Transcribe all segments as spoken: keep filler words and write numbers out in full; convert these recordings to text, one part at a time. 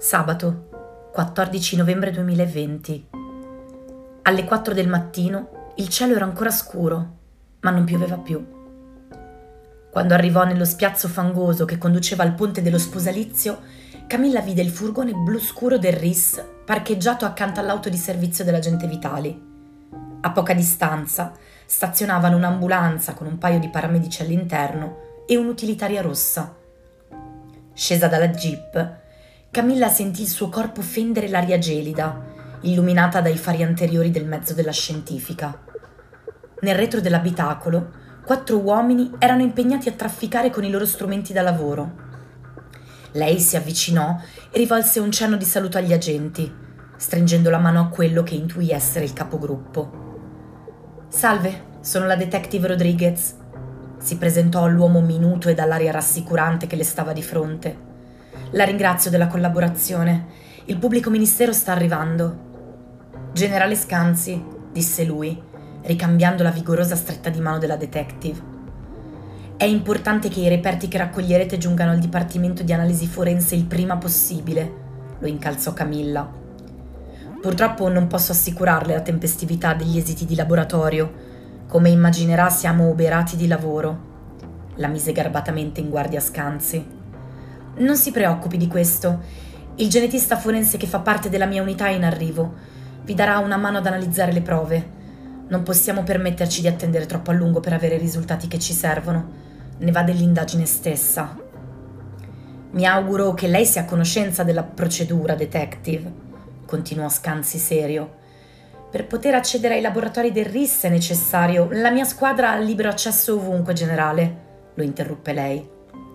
Sabato, quattordici novembre duemilaventi. Alle quattro del mattino il cielo era ancora scuro, ma non pioveva più. Quando arrivò nello spiazzo fangoso che conduceva al ponte dello sposalizio, Camilla vide il furgone blu scuro del R I S parcheggiato accanto all'auto di servizio dell'agente Vitali. A poca distanza stazionavano un'ambulanza con un paio di paramedici all'interno e un'utilitaria rossa. Scesa dalla jeep, Camilla sentì il suo corpo fendere l'aria gelida, illuminata dai fari anteriori del mezzo della scientifica. Nel retro dell'abitacolo, quattro uomini erano impegnati a trafficare con i loro strumenti da lavoro. Lei si avvicinò e rivolse un cenno di saluto agli agenti, stringendo la mano a quello che intuì essere il capogruppo. «Salve, sono la detective Rodriguez», si presentò all'uomo minuto e dall'aria rassicurante che le stava di fronte. «La ringrazio della collaborazione. Il pubblico ministero sta arrivando». «Generale Scanzi», disse lui, ricambiando la vigorosa stretta di mano della detective. «È importante che i reperti che raccoglierete giungano al Dipartimento di Analisi Forense il prima possibile», lo incalzò Camilla. «Purtroppo non posso assicurarle la tempestività degli esiti di laboratorio. Come immaginerà siamo oberati di lavoro», la mise garbatamente in guardia Scanzi. «Non si preoccupi di questo. Il genetista forense che fa parte della mia unità è in arrivo. Vi darà una mano ad analizzare le prove. Non possiamo permetterci di attendere troppo a lungo per avere i risultati che ci servono. Ne va dell'indagine stessa». «Mi auguro che lei sia a conoscenza della procedura, detective», continuò Scanzi serio. «Per poter accedere ai laboratori del R I S è necessario. La mia squadra ha libero accesso ovunque, generale», lo interruppe lei.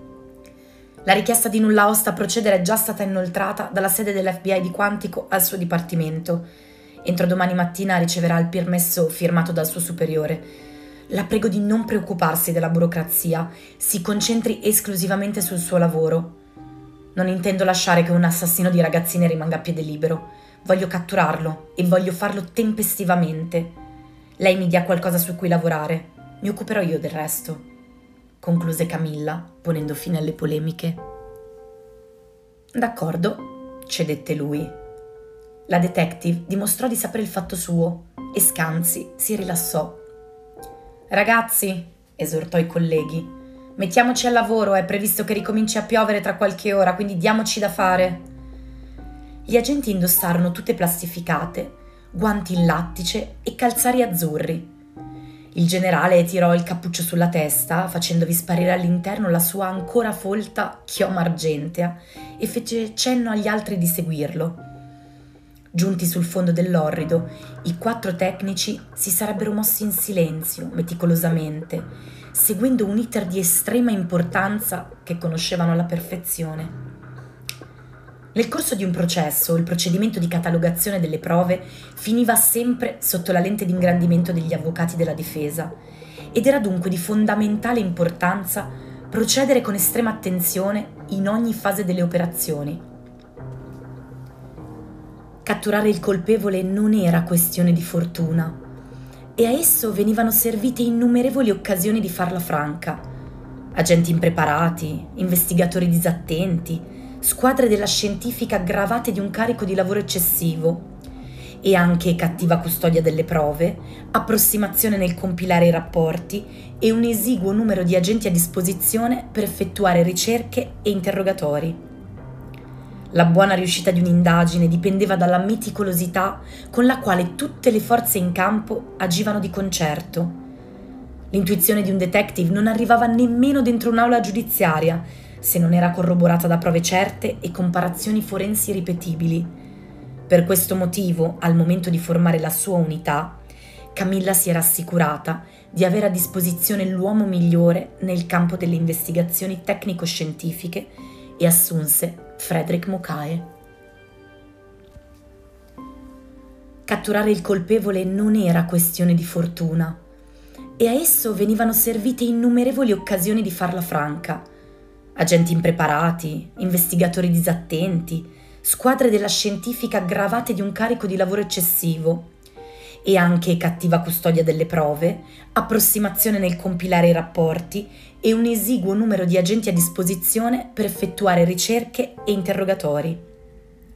«La richiesta di nulla osta a procedere è già stata inoltrata dalla sede dell'F B I di Quantico al suo dipartimento. Entro domani mattina riceverà il permesso firmato dal suo superiore. La prego di non preoccuparsi della burocrazia, si concentri esclusivamente sul suo lavoro. Non intendo lasciare che un assassino di ragazzine rimanga a piede libero. Voglio catturarlo e voglio farlo tempestivamente. Lei mi dia qualcosa su cui lavorare. Mi occuperò io del resto», concluse Camilla, ponendo fine alle polemiche. «D'accordo», cedette lui. La detective dimostrò di sapere il fatto suo e Scanzi si rilassò. «Ragazzi», esortò i colleghi, «mettiamoci al lavoro, è previsto che ricominci a piovere tra qualche ora, quindi diamoci da fare». Gli agenti indossarono tute plastificate, guanti in lattice e calzari azzurri. Il generale tirò il cappuccio sulla testa, facendovi sparire all'interno la sua ancora folta chioma argentea, e fece cenno agli altri di seguirlo. Giunti sul fondo dell'orrido, i quattro tecnici si sarebbero mossi in silenzio, meticolosamente, seguendo un iter di estrema importanza che conoscevano alla perfezione. Nel corso di un processo, il procedimento di catalogazione delle prove finiva sempre sotto la lente di ingrandimento degli avvocati della difesa ed era dunque di fondamentale importanza procedere con estrema attenzione in ogni fase delle operazioni. Catturare il colpevole non era questione di fortuna e a esso venivano servite innumerevoli occasioni di farla franca. Agenti impreparati, investigatori disattenti, squadre della scientifica gravate di un carico di lavoro eccessivo e anche cattiva custodia delle prove, approssimazione nel compilare i rapporti e un esiguo numero di agenti a disposizione per effettuare ricerche e interrogatori. La buona riuscita di un'indagine dipendeva dalla meticolosità con la quale tutte le forze in campo agivano di concerto. L'intuizione di un detective non arrivava nemmeno dentro un'aula giudiziaria se non era corroborata da prove certe e comparazioni forensi ripetibili. Per questo motivo, al momento di formare la sua unità, Camilla si era assicurata di avere a disposizione l'uomo migliore nel campo delle investigazioni tecnico-scientifiche e assunse Frederick Mukae. Catturare il colpevole non era questione di fortuna e a esso venivano servite innumerevoli occasioni di farla franca. Agenti impreparati, investigatori disattenti, squadre della scientifica gravate di un carico di lavoro eccessivo e anche cattiva custodia delle prove, approssimazione nel compilare i rapporti e un esiguo numero di agenti a disposizione per effettuare ricerche e interrogatori.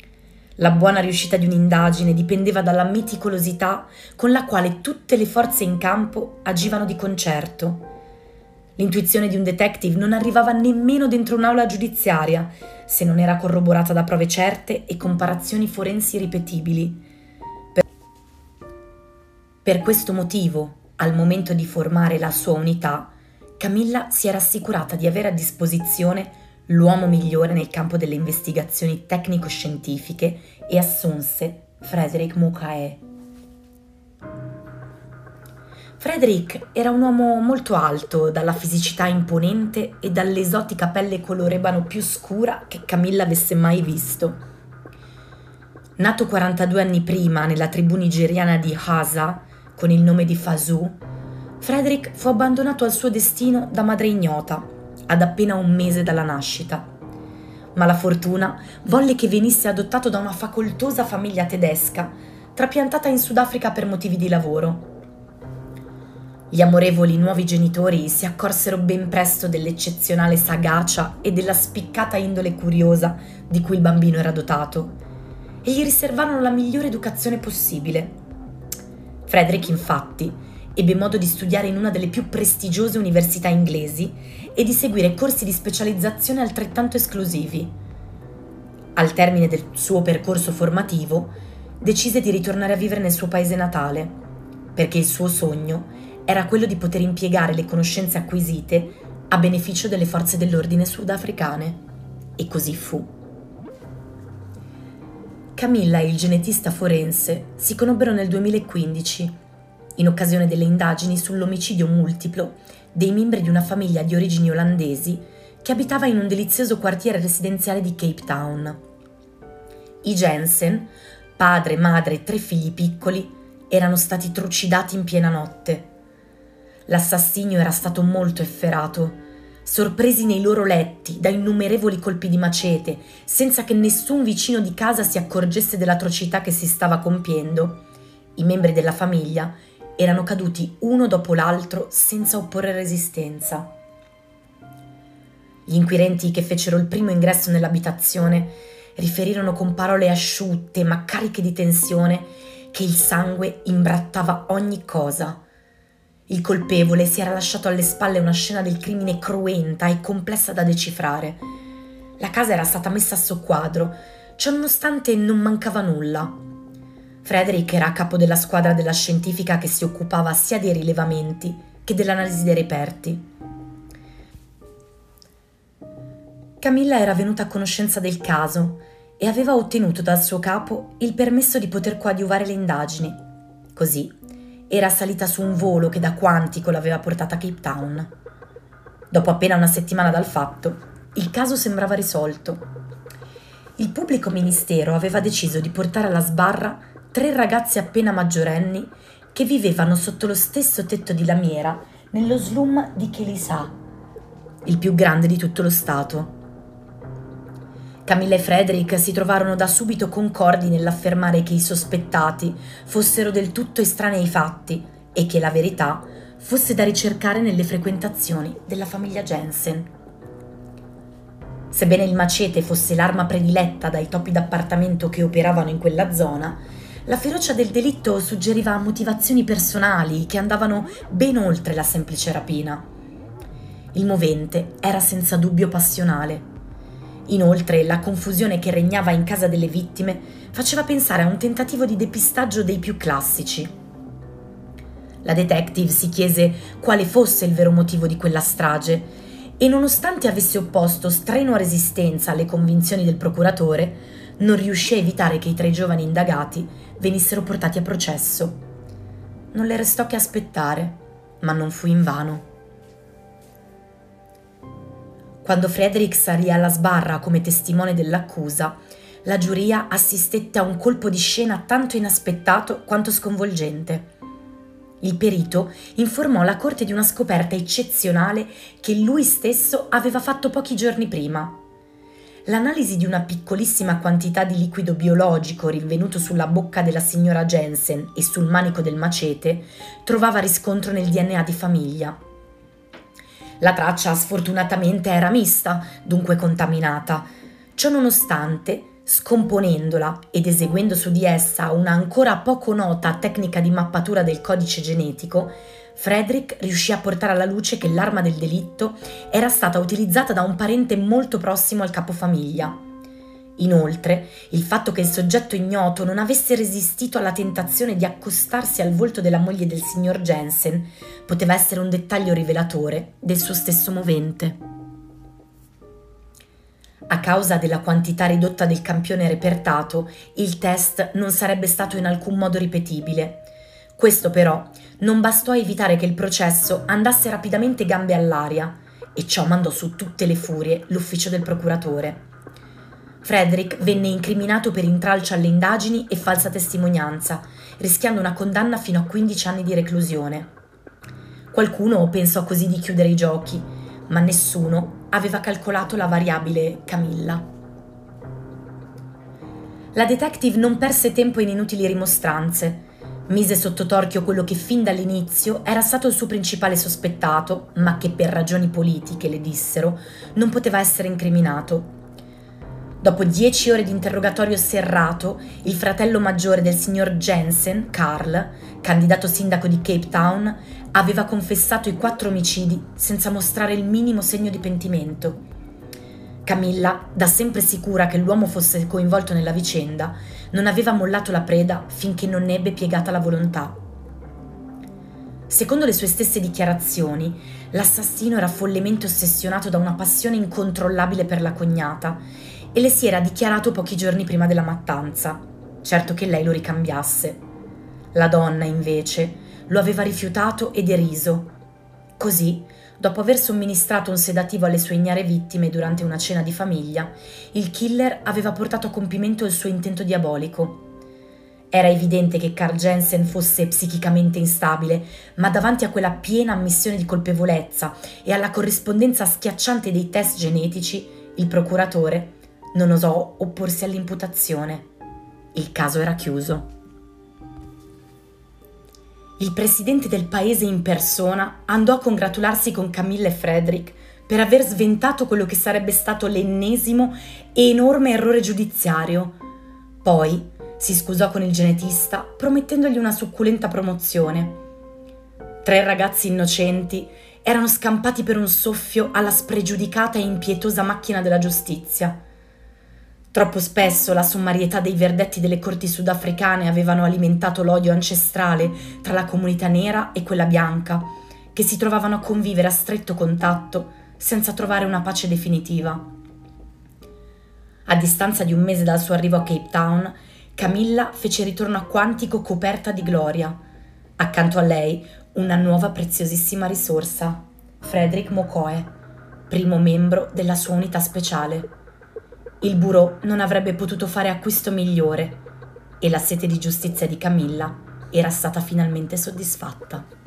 La buona riuscita di un'indagine dipendeva dalla meticolosità con la quale tutte le forze in campo agivano di concerto. L'intuizione di un detective non arrivava nemmeno dentro un'aula giudiziaria se non era corroborata da prove certe e comparazioni forensi ripetibili. Per, per questo motivo, al momento di formare la sua unità, Camilla si era assicurata di avere a disposizione l'uomo migliore nel campo delle investigazioni tecnico-scientifiche e assunse Frederick Mulcahy. Frederick era un uomo molto alto, dalla fisicità imponente e dall'esotica pelle color ebano più scura che Camilla avesse mai visto. Nato quarantadue anni prima nella tribù nigeriana di Hausa, con il nome di Fasu, Frederick fu abbandonato al suo destino da madre ignota, ad appena un mese dalla nascita. Ma la fortuna volle che venisse adottato da una facoltosa famiglia tedesca, trapiantata in Sudafrica per motivi di lavoro. Gli amorevoli nuovi genitori si accorsero ben presto dell'eccezionale sagacia e della spiccata indole curiosa di cui il bambino era dotato e gli riservarono la migliore educazione possibile. Frederick, infatti, ebbe modo di studiare in una delle più prestigiose università inglesi e di seguire corsi di specializzazione altrettanto esclusivi. Al termine del suo percorso formativo, decise di ritornare a vivere nel suo paese natale, perché il suo sogno era quello di poter impiegare le conoscenze acquisite a beneficio delle forze dell'ordine sudafricane. E così fu. Camilla e il genetista forense si conobbero nel duemilaquindici, in occasione delle indagini sull'omicidio multiplo dei membri di una famiglia di origini olandesi che abitava in un delizioso quartiere residenziale di Cape Town. I Jensen, padre, madre e tre figli piccoli, erano stati trucidati in piena notte. L'assassinio era stato molto efferato. Sorpresi nei loro letti da innumerevoli colpi di macete, senza che nessun vicino di casa si accorgesse dell'atrocità che si stava compiendo, i membri della famiglia erano caduti uno dopo l'altro senza opporre resistenza. Gli inquirenti che fecero il primo ingresso nell'abitazione riferirono con parole asciutte ma cariche di tensione che il sangue imbrattava ogni cosa. Il colpevole si era lasciato alle spalle una scena del crimine cruenta e complessa da decifrare. La casa era stata messa a soqquadro, ciononostante non mancava nulla. Frederick era a capo della squadra della scientifica che si occupava sia dei rilevamenti che dell'analisi dei reperti. Camilla era venuta a conoscenza del caso e aveva ottenuto dal suo capo il permesso di poter coadiuvare le indagini. Così era salita su un volo che da Quantico l'aveva portata a Cape Town. Dopo appena una settimana dal fatto, il caso sembrava risolto. Il pubblico ministero aveva deciso di portare alla sbarra tre ragazzi appena maggiorenni che vivevano sotto lo stesso tetto di lamiera nello slum di Kelisa, il più grande di tutto lo stato. Camilla e Frederick si trovarono da subito concordi nell'affermare che i sospettati fossero del tutto estranei ai fatti e che la verità fosse da ricercare nelle frequentazioni della famiglia Jensen. Sebbene il macete fosse l'arma prediletta dai topi d'appartamento che operavano in quella zona, la ferocia del delitto suggeriva motivazioni personali che andavano ben oltre la semplice rapina. Il movente era senza dubbio passionale. Inoltre, la confusione che regnava in casa delle vittime faceva pensare a un tentativo di depistaggio dei più classici. La detective si chiese quale fosse il vero motivo di quella strage e, nonostante avesse opposto strenua resistenza alle convinzioni del procuratore, non riuscì a evitare che i tre giovani indagati venissero portati a processo. Non le restò che aspettare, ma non fu invano. Quando Frederick salì alla sbarra come testimone dell'accusa, la giuria assistette a un colpo di scena tanto inaspettato quanto sconvolgente. Il perito informò la corte di una scoperta eccezionale che lui stesso aveva fatto pochi giorni prima. L'analisi di una piccolissima quantità di liquido biologico rinvenuto sulla bocca della signora Jensen e sul manico del macete trovava riscontro nel D N A di famiglia. La traccia sfortunatamente era mista, dunque contaminata. Ciononostante, Scomponendola ed eseguendo su di essa una ancora poco nota tecnica di mappatura del codice genetico, Frederick riuscì a portare alla luce che l'arma del delitto era stata utilizzata da un parente molto prossimo al capofamiglia. Inoltre, il fatto che il soggetto ignoto non avesse resistito alla tentazione di accostarsi al volto della moglie del signor Jensen poteva essere un dettaglio rivelatore del suo stesso movente. A causa della quantità ridotta del campione repertato, il test non sarebbe stato in alcun modo ripetibile. Questo però non bastò a evitare che il processo andasse rapidamente gambe all'aria, e ciò mandò su tutte le furie l'ufficio del procuratore. Frederick venne incriminato per intralcio alle indagini e falsa testimonianza, rischiando una condanna fino a quindici anni di reclusione. Qualcuno pensò così di chiudere i giochi, ma nessuno aveva calcolato la variabile Camilla. La detective non perse tempo in inutili rimostranze. Mise sotto torchio quello che fin dall'inizio era stato il suo principale sospettato, ma che per ragioni politiche, le dissero, non poteva essere incriminato. Dopo dieci ore di interrogatorio serrato, il fratello maggiore del signor Jensen, Carl, candidato sindaco di Cape Town, aveva confessato i quattro omicidi senza mostrare il minimo segno di pentimento. Camilla, da sempre sicura che l'uomo fosse coinvolto nella vicenda, non aveva mollato la preda finché non ne ebbe piegata la volontà. Secondo le sue stesse dichiarazioni, l'assassino era follemente ossessionato da una passione incontrollabile per la cognata e le si era dichiarato pochi giorni prima della mattanza, certo che lei lo ricambiasse. La donna, invece, lo aveva rifiutato e deriso. Così, dopo aver somministrato un sedativo alle sue ignare vittime durante una cena di famiglia, il killer aveva portato a compimento il suo intento diabolico. Era evidente che Carl Jensen fosse psichicamente instabile, ma davanti a quella piena ammissione di colpevolezza e alla corrispondenza schiacciante dei test genetici, il procuratore non osò opporsi all'imputazione. Il caso era chiuso. Il presidente del paese in persona andò a congratularsi con Camilla e Frederick per aver sventato quello che sarebbe stato l'ennesimo e enorme errore giudiziario. Poi si scusò con il genetista promettendogli una succulenta promozione. Tre ragazzi innocenti erano scampati per un soffio alla spregiudicata e impietosa macchina della giustizia. Troppo spesso la sommarietà dei verdetti delle corti sudafricane avevano alimentato l'odio ancestrale tra la comunità nera e quella bianca, che si trovavano a convivere a stretto contatto senza trovare una pace definitiva. A distanza di un mese dal suo arrivo a Cape Town, Camilla fece ritorno a Quantico coperta di gloria. Accanto a lei una nuova preziosissima risorsa, Frederick Mokoe, primo membro della sua unità speciale. Il bureau non avrebbe potuto fare acquisto migliore e la sete di giustizia di Camilla era stata finalmente soddisfatta.